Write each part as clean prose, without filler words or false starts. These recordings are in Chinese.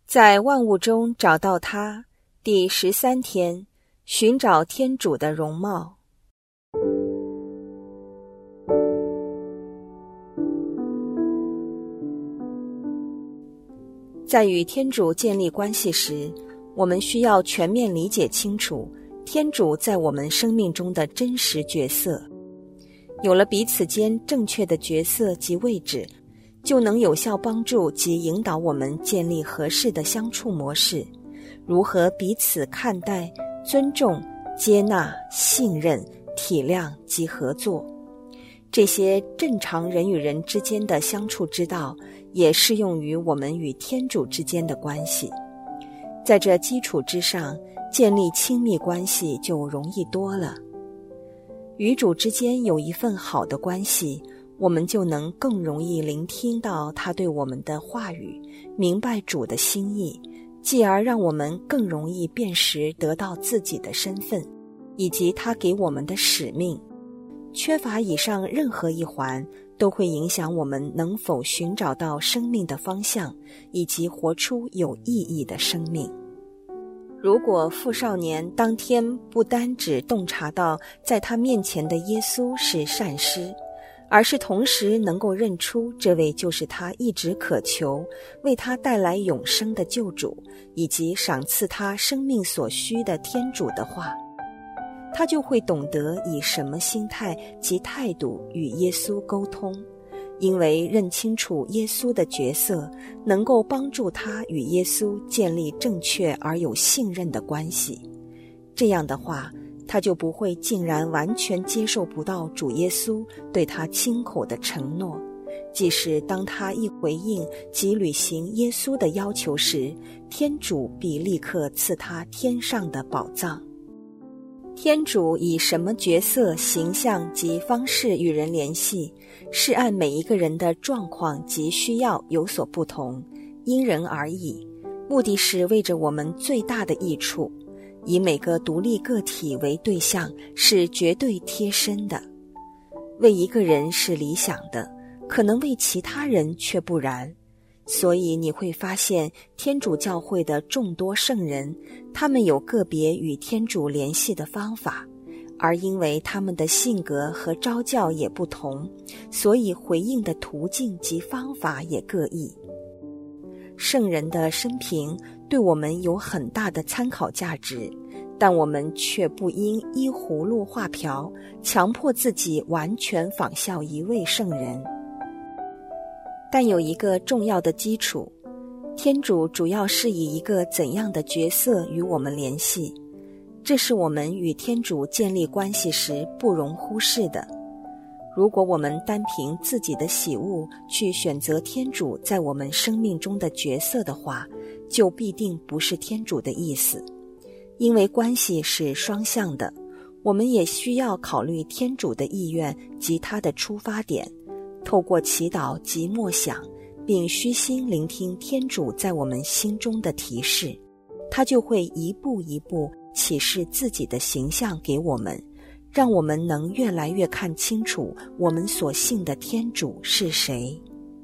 在万物中找到他，第13天，寻找天主的容貌。在与天主建立关系时，我们需要全面理解清楚天主在我们生命中的真实角色。有了彼此间正确的角色及位置，就能有效帮助及引导我们建立合适的相处模式，如何彼此看待、尊重、接纳、信任、体谅及合作。这些正常人与人之间的相处之道，也适用于我们与天主之间的关系。在这基础之上，建立亲密关系就容易多了。与主之间有一份好的关系，我们就能更容易聆听到他对我们的话语，明白主的心意，继而让我们更容易辨识得到自己的身份，以及他给我们的使命。缺乏以上任何一环，都会影响我们能否寻找到生命的方向，以及活出有意义的生命。如果富少年当天不单只洞察到在他面前的耶稣是善师，而是同时能够认出这位就是他一直渴求为他带来永生的救主，以及赏赐他生命所需的天主的话，他就会懂得以什么心态及态度与耶稣沟通。因为认清楚耶稣的角色，能够帮助他与耶稣建立正确而有信任的关系。这样的话，他就不会竟然完全接受不到主耶稣对他亲口的承诺，即使当他一回应及履行耶稣的要求时，天主必立刻赐他天上的宝藏。天主以什么角色、形象及方式与人联系，是按每一个人的状况及需要有所不同，因人而异，目的是为着我们最大的益处。以每个独立个体为对象是绝对贴身的。为一个人是理想的，可能为其他人却不然。所以你会发现天主教会的众多圣人，他们有个别与天主联系的方法，而因为他们的性格和召教也不同，所以回应的途径及方法也各异。圣人的生平对我们有很大的参考价值，但我们却不应依葫芦画瓢，强迫自己完全仿效一位圣人。但有一个重要的基础，天主主要是以一个怎样的角色与我们联系，这是我们与天主建立关系时不容忽视的。如果我们单凭自己的喜恶去选择天主在我们生命中的角色的话，就必定不是天主的意思。因为关系是双向的，我们也需要考虑天主的意愿及他的出发点，透过祈祷及默想，并虚心聆听天主在我们心中的提示，他就会一步一步启示自己的形象给我们，让我们能越来越看清楚我们所信的天主是谁。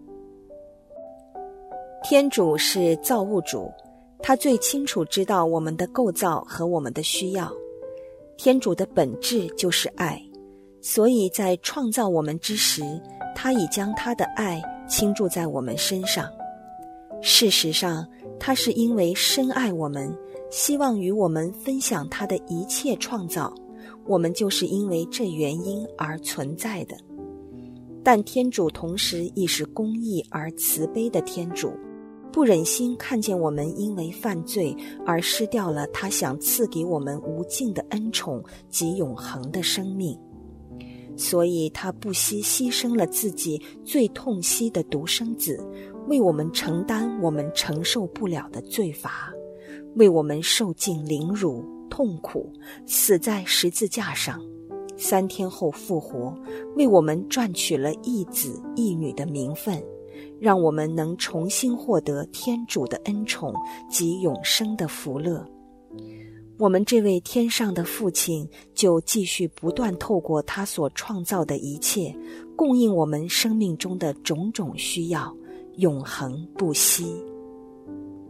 天主是造物主，他最清楚知道我们的构造和我们的需要。天主的本质就是爱，所以在创造我们之时，他已将他的爱倾注在我们身上。事实上，他是因为深爱我们，希望与我们分享他的一切创造，我们就是因为这原因而存在的。但天主同时亦是公义而慈悲的天主，不忍心看见我们因为犯罪而失掉了他想赐给我们无尽的恩宠及永恒的生命。所以他不惜牺牲了自己最痛惜的独生子，为我们承担我们承受不了的罪罚，为我们受尽凌辱痛苦，死在十字架上，3天后复活，为我们赚取了义子义女的名分，让我们能重新获得天主的恩宠及永生的福乐。我们这位天上的父亲就继续不断透过他所创造的一切，供应我们生命中的种种需要，永恒不息。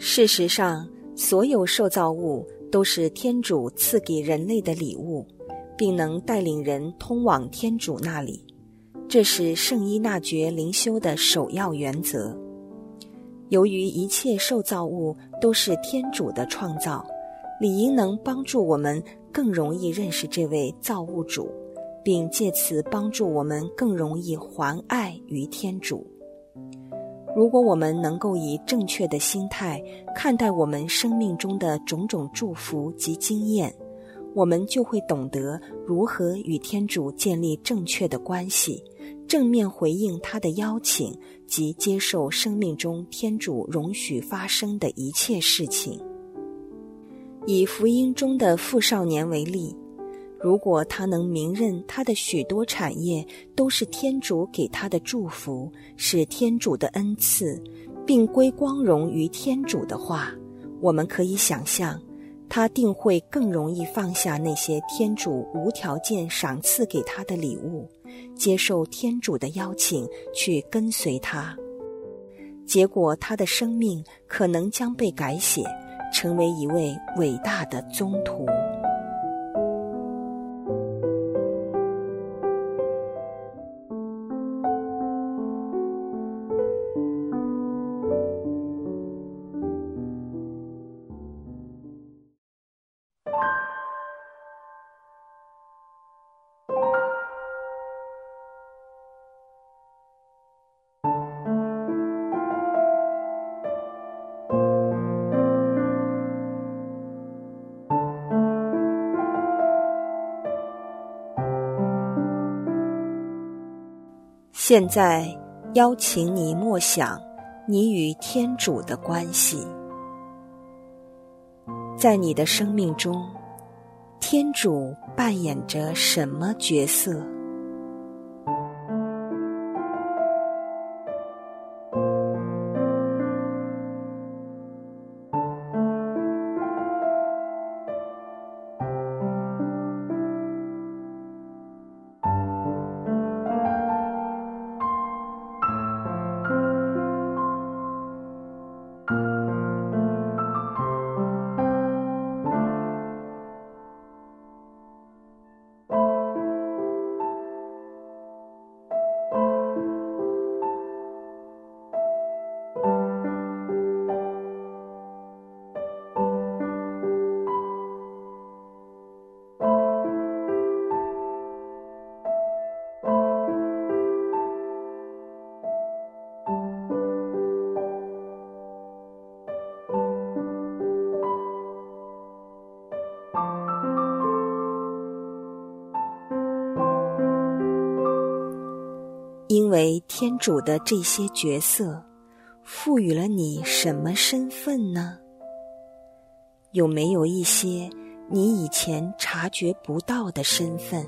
事实上，所有受造物都是天主赐给人类的礼物，并能带领人通往天主那里。这是圣依纳爵灵修的首要原则。由于一切受造物都是天主的创造，理应能帮助我们更容易认识这位造物主，并借此帮助我们更容易还爱于天主。如果我们能够以正确的心态看待我们生命中的种种祝福及经验，我们就会懂得如何与天主建立正确的关系，正面回应他的邀请及接受生命中天主容许发生的一切事情。以福音中的富少年为例，如果他能明认他的许多产业都是天主给他的祝福，是天主的恩赐，并归光荣于天主的话，我们可以想象，他定会更容易放下那些天主无条件赏赐给他的礼物，接受天主的邀请去跟随他。结果他的生命可能将被改写，成为一位伟大的宗徒。现在邀请你默想你与天主的关系。在你的生命中，天主扮演着什么角色？因为天主的这些角色赋予了你什么身份呢？有没有一些你以前察觉不到的身份？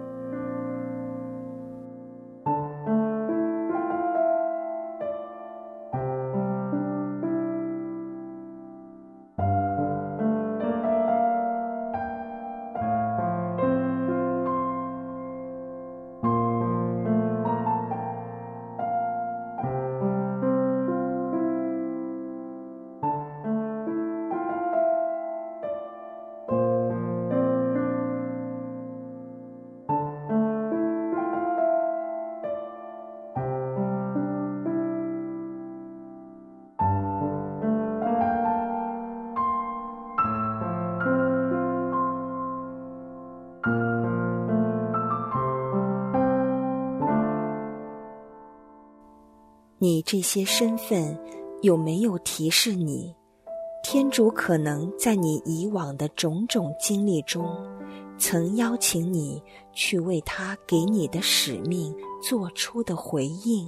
你这些身份有没有提示你，天主可能在你以往的种种经历中，曾邀请你去为他给你的使命做出的回应？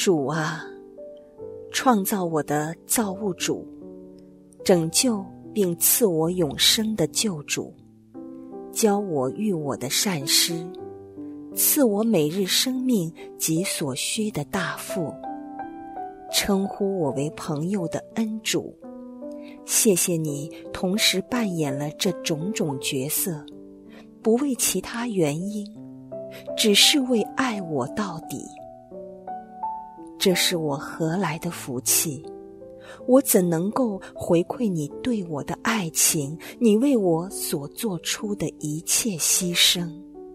主啊，创造我的造物主，拯救并赐我永生的救主，教我育我的善师，赐我每日生命及所需的大富，称呼我为朋友的恩主。谢谢你同时扮演了这种种角色，不为其他原因，只是为爱我到底。这是我何来的福气？我怎能够回馈你对我的爱情，你为我所做出的一切牺牲？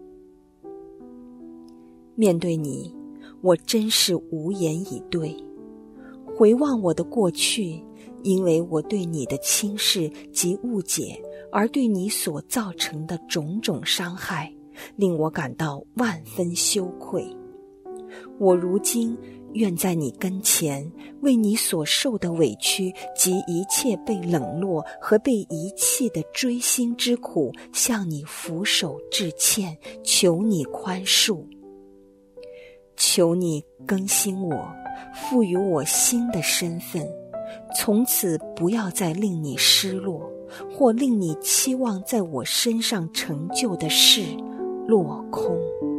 面对你，我真是无言以对。回望我的过去，因为我对你的轻视及误解，而对你所造成的种种伤害，令我感到万分羞愧。我如今愿在你跟前，为你所受的委屈及一切被冷落和被遗弃的锥心之苦，向你俯首致歉，求你宽恕。求你更新我，赋予我新的身份，从此不要再令你失落，或令你期望在我身上成就的事落空。